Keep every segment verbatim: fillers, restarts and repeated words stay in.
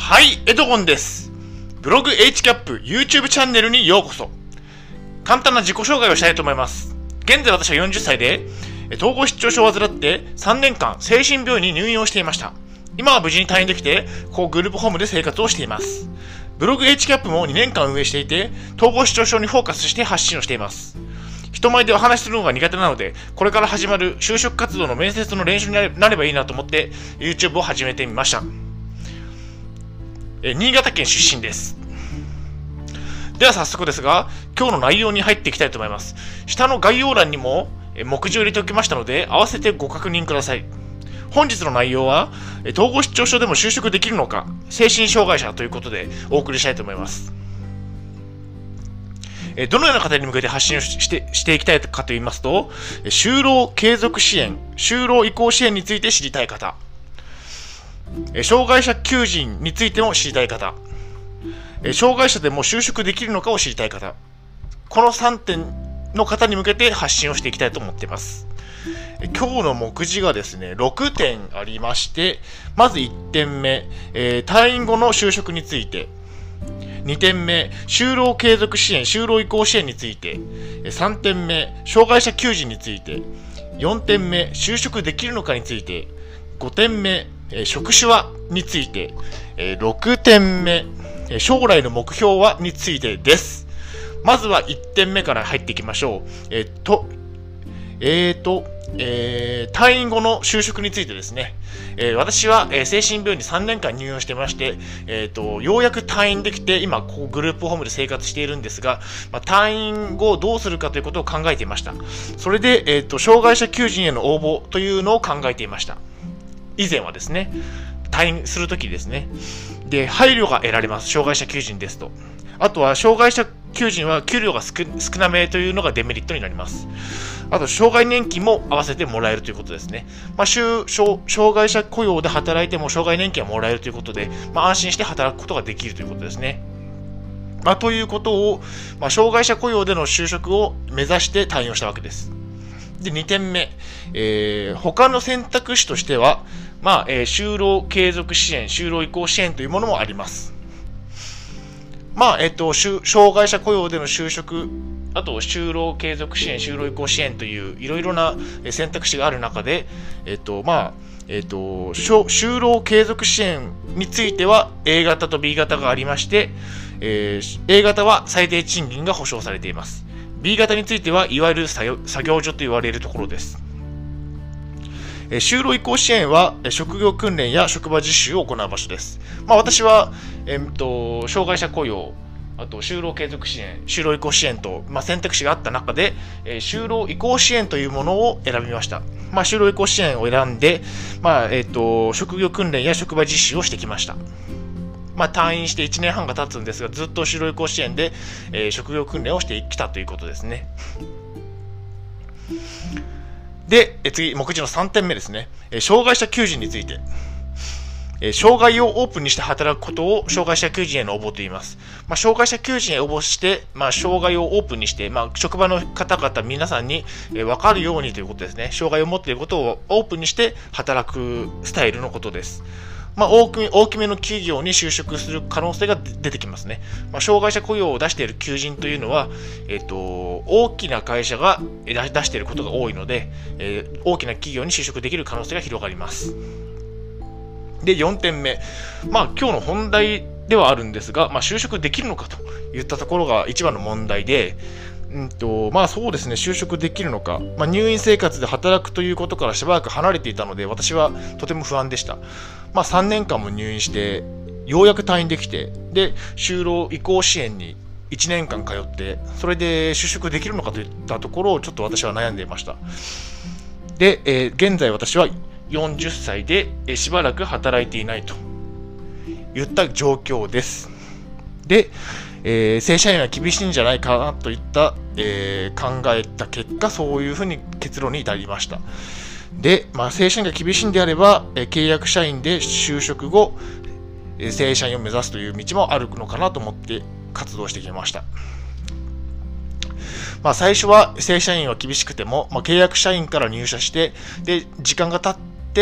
はい、エドゴンです。ブログ エイチキャップ YouTube チャンネルにようこそ。簡単な自己紹介をしたいと思います。現在私はよんじゅっさいで、統合失調症を患ってさんねんかん精神病院に入院をしていました。今は無事に退院できて、こうグループホームで生活をしています。ブログ エイチキャップ もにねんかん運営していて、統合失調症にフォーカスして発信をしています。人前でお話しするのが苦手なので、これから始まる就職活動の面接の練習になればいいなと思って YouTube を始めてみました。え新潟県出身です。では早速ですが、今日の内容に入っていきたいと思います。下の概要欄にも目次を入れておきましたので、合わせてご確認ください。本日の内容は、統合失調症でも就職できるのか、精神障害者ということでお送りしたいと思います。どのような方に向けて発信をして、していきたいかと言いますと、就労継続支援、就労移行支援について知りたい方、障害者求人についても知りたい方、障害者でも就職できるのかを知りたい方、このさんてんの方に向けて発信をしていきたいと思っています。今日の目次がですね、ろくてんありまして、まずいってんめ、えー、退院後の就職について、にてんめ、就労継続支援、就労移行支援について、さんてんめ、障害者求人について、よんてんめ、就職できるのかについて、ごてんめ、職種はについて、ろくてんめ、将来の目標はについてです。まずはいってんめから入っていきましょう。えっと、えーと、えー、退院後の就職についてですね。えー、私は、えー、精神病院にさんねんかん入院をしてまして、えーと、ようやく退院できて、今、こうグループホームで生活しているんですが、まあ、退院後どうするかということを考えていました。それで、えーと、障害者求人への応募というのを考えていました。以前はですね、退院するときですね。で、配慮が得られます。障害者求人ですと。あとは、障害者求人は給料が 少, 少なめというのがデメリットになります。あと、障害年金も合わせてもらえるということですね。まあ、障害者雇用で働いても障害年金はもらえるということで、まあ、安心して働くことができるということですね。まあ、ということを、まあ、障害者雇用での就職を目指して退院をしたわけです。で、にてんめ、えー、他の選択肢としては、まあ、えー、就労継続支援、就労移行支援というものもあります。まあ、えっと、障害者雇用での就職、あと、就労継続支援、就労移行支援といういろいろな選択肢がある中で、えっと、まあ、えっと、就労継続支援については A 型と B 型がありまして、えー、A 型は最低賃金が保障されています。B 型についてはいわゆる作業所と言われるところです。就労移行支援は職業訓練や職場実習を行う場所です。まあ、私は、えー、と障害者雇用、あと就労継続支援、就労移行支援と、まあ、選択肢があった中で、えー、就労移行支援というものを選びました。まあ、就労移行支援を選んで、まあえー、と職業訓練や職場実習をしてきました。まあ、退院していちねんはんが経つんですが、ずっと就労移行支援で、えー、職業訓練をしてきたということですね。で、次、目次のさんてんめですね。障害者求人について。障害をオープンにして働くことを障害者求人への応募と言います。まあ、障害者求人へ応募して、まあ、障害をオープンにして、まあ、職場の方々皆さんに分かるようにということですね。障害を持っていることをオープンにして働くスタイルのことです。まあ、大きめ、大きめの企業に就職する可能性が出てきますね。まあ、障害者雇用を出している求人というのは、えっと、大きな会社が出していることが多いので、えー、大きな企業に就職できる可能性が広がります。で、よんてんめ。まあ、今日の本題ではあるんですが、まあ、就職できるのかといったところが一番の問題で、うんと、まあそうですね、就職できるのか。まあ、入院生活で働くということからしばらく離れていたので、私はとても不安でした。まあ、さんねんかんも入院して、ようやく退院できて、で、就労移行支援にいちねんかん通って、それで就職できるのかといったところをちょっと私は悩んでいました。で、えー、現在私はよんじゅっさいで、えー、しばらく働いていないといった状況です。で、えー、正社員は厳しいんじゃないかなといった、えー、考えた結果、そういうふうに結論に至りました。で、まあ、正社員が厳しいんであれば、えー、契約社員で就職後、えー、正社員を目指すという道もあるのかなと思って活動してきました。まあ、最初は正社員は厳しくても、まあ、契約社員から入社して、で、時間が経って 、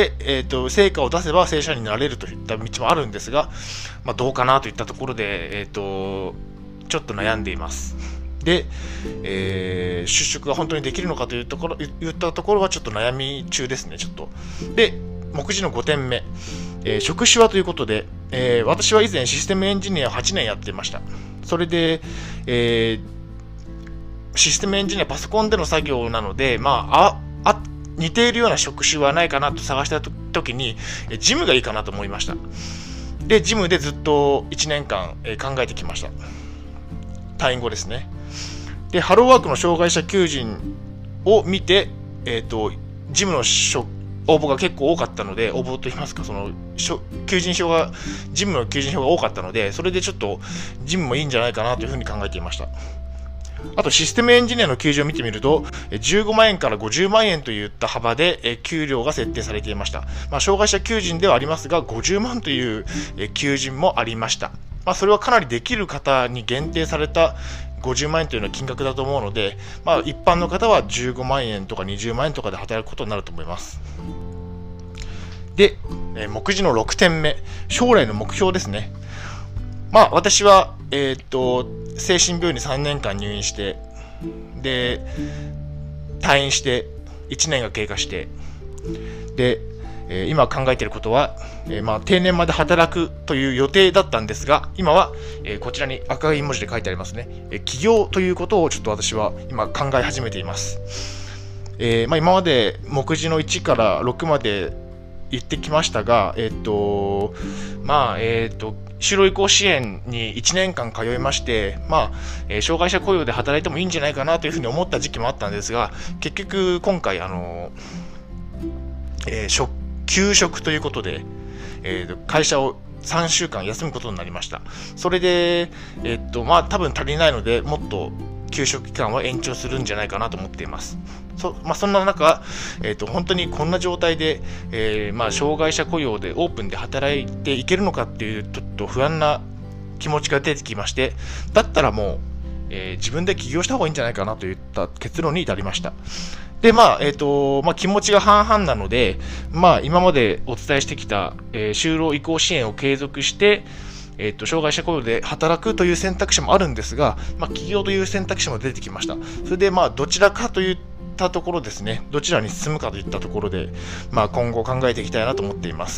えーと、成果を出せば正社員になれるといった道もあるんですが、まあ、どうかなといったところで、えーと、ちょっと悩んでいます。で、えー、出職が本当にできるのかというところ、言ったところはちょっと悩み中ですね、ちょっと。で、目次のごてんめ、えー、職種はということで、えー、私は以前システムエンジニアをはちねんやってました。それで、えー、システムエンジニアパソコンでの作業なので、まあ、あ、あ似ているような職種はないかなと探したときに、事務がいいかなと思いました。で、事務でずっといちねんかん考えてきました。退院後ですね。で、ハローワークの障害者求人を見て、えっと、事務の応募が結構多かったので、応募といいますか、その、求人票が、事務の求人票が多かったので、それでちょっと、事務もいいんじゃないかなというふうに考えていました。あとシステムエンジニアの給与を見てみると、じゅうごまんえんからごじゅうまんえんといった幅で給料が設定されていました。まあ、障害者求人ではありますが、ごじゅうまんという求人もありました。まあ、それはかなりできる方に限定されたごじゅうまんえんというのは金額だと思うので、まあ、一般の方はじゅうごまんえんとかにじゅうまんえんとかで働くことになると思います。で、目次のろくてんめ、将来の目標ですね。まあ、私は、えーっと、精神病院にさんねんかん入院して、で、退院して、いちねんが経過して、で、えー、今考えていることは、えー、まあ、定年まで働くという予定だったんですが、今は、えー、こちらに赤い文字で書いてありますね。えー、起業ということをちょっと私は今考え始めています。えーまあ、今まで目次のいちからろくまで言ってきましたが、えっと、まあ、えっと、就労移行支援にいちねんかん通いまして、まあ、えー、障害者雇用で働いてもいいんじゃないかなというふうに思った時期もあったんですが、結局今回、あの、えー、休職ということで、えー、会社をさんしゅうかん休むことになりました。それで、えっと、まあ、多分足りないので、もっと休職期間は延長するんじゃないかなと思っています。そ, まあ、そんな中、えーと、本当にこんな状態で、えーまあ、障害者雇用でオープンで働いていけるのかっていうちょっと不安な気持ちが出てきまして、だったらもう、えー、自分で起業した方がいいんじゃないかなといった結論に至りました。で、まあ、えっと、まあ、気持ちが半々なので、まあ、今までお伝えしてきた、えー、就労移行支援を継続して、えっと、障害者雇用で働くという選択肢もあるんですが、まあ、起業という選択肢も出てきました。それで、まあ、どちらかというたところですね、どちらに進むかといったところで、まあ、今後考えていきたいなと思っています。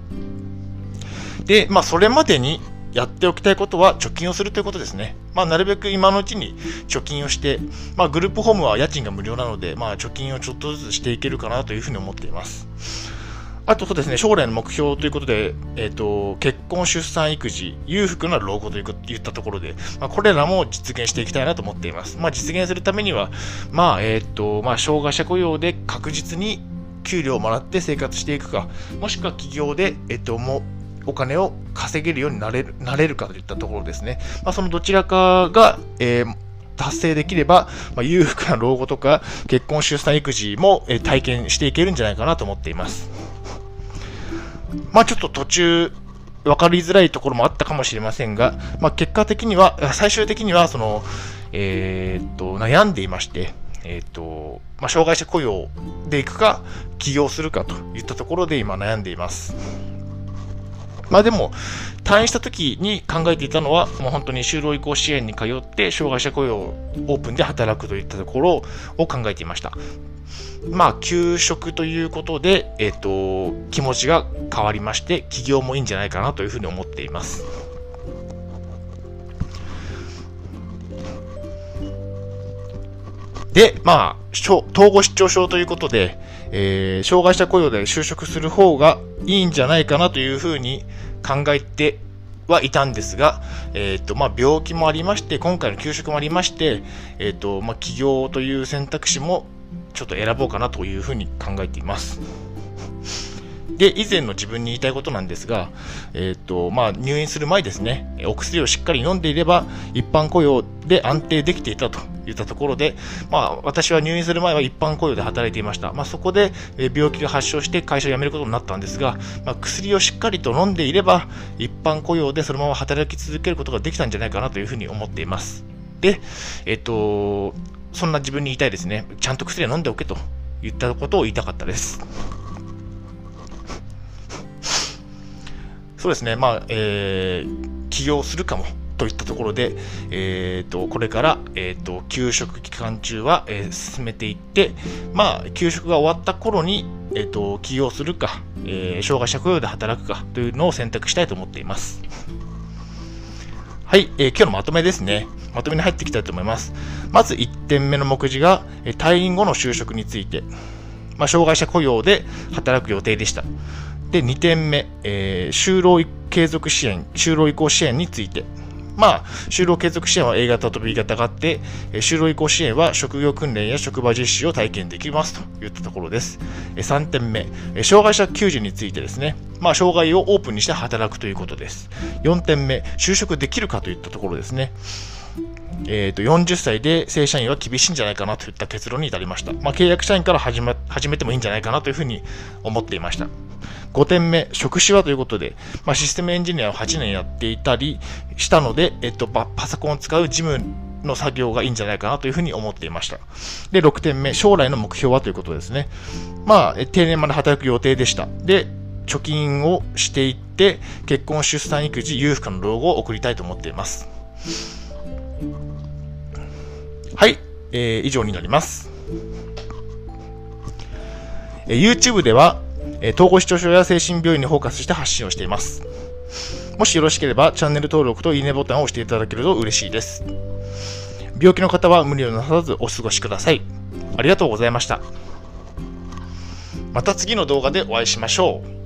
で、まあ、それまでにやっておきたいことは貯金をするということですね。まあ、なるべく今のうちに貯金をして、まあ、グループホームは家賃が無料なので、まあ、貯金をちょっとずつしていけるかなというふうに思っています。あとそうですね、将来の目標ということで、えっと、結婚、出産、育児、裕福な老後といったところで、まあ、これらも実現していきたいなと思っています。まあ、実現するためには、まあ、えっと、まあ、障害者雇用で確実に給料をもらって生活していくか、もしくは企業で、えっと、もう、お金を稼げるようになれる、なれるかといったところですね。まあ、そのどちらかが、えー達成できれば、まあ、裕福な老後とか結婚、出産、育児も、えー、体験していけるんじゃないかなと思っています。まあちょっと途中分かりづらいところもあったかもしれませんが、まあ、結果的には最終的にはその、えー、っと悩んでいまして、えー、っとまあ、障害者雇用でいくか起業するかといったところで今悩んでいます。まあでも退院した時に考えていたのはもう本当に就労移行支援に通って障害者雇用オープンで働くといったところを考えていました。まあ休職ということで、えっと、気持ちが変わりまして起業もいいんじゃないかなというふうに思っています。で、まあ統合失調症ということで、えー、障害者雇用で就職する方がいいんじゃないかなというふうに考えてはいたんですが、えーとまあ、病気もありまして、今回の休職もありまして、えーとまあ、起業という選択肢もちょっと選ぼうかなというふうに考えています。で、以前の自分に言いたいことなんですが、えーとまあ、入院する前ですね、お薬をしっかり飲んでいれば一般雇用で安定できていたといったところで、まあ、私は入院する前は一般雇用で働いていました。まあ、そこで病気が発症して会社を辞めることになったんですが、まあ、薬をしっかりと飲んでいれば一般雇用でそのまま働き続けることができたんじゃないかなというふうに思っています。で、えっと、そんな自分に言いたいですね。ちゃんと薬を飲んでおけといったことを言いたかったです。 そうですね、まあ、えー、起業するかもといったところで、えー、とこれから、えー、と休職期間中は、えー、進めていって、まあ、休職が終わった頃に、えー、と起業するか、えー、障害者雇用で働くかというのを選択したいと思っています。はい、えー、今日のまとめですね。まとめに入っていきたいと思います。まずいってんめの目次が、えー、退院後の就職について、まあ、障害者雇用で働く予定でした。で、にてんめ、えー、就労継続支援、就労移行支援について、まあ、就労継続支援は A 型と B 型があって、就労移行支援は職業訓練や職場実習を体験できますといったところです。さんてんめ、障害者求人についてですね、まあ、障害をオープンにして働くということです。よんてんめ、就職できるかといったところですね。えー、とよんじゅっさいで正社員は厳しいんじゃないかなといった結論に至りました。まあ、契約社員から始め、始めてもいいんじゃないかなというふうに思っていました。ごてんめ、職種はということで、まあ、システムエンジニアをはちねんやっていたりしたので、えっと、パソコンを使う事務の作業がいいんじゃないかなというふうに思っていました。で、ろくてんめ、将来の目標はということですね。まあ、定年まで働く予定でした。で、貯金をしていって、結婚、出産、育児、裕福の老後を送りたいと思っています。はい、えー、以上になります。えー、YouTube では、えー、統合失調症や精神病院にフォーカスして発信をしています。もしよろしければチャンネル登録といいねボタンを押していただけると嬉しいです。病気の方は無理をなさずお過ごしください。ありがとうございました。また次の動画でお会いしましょう。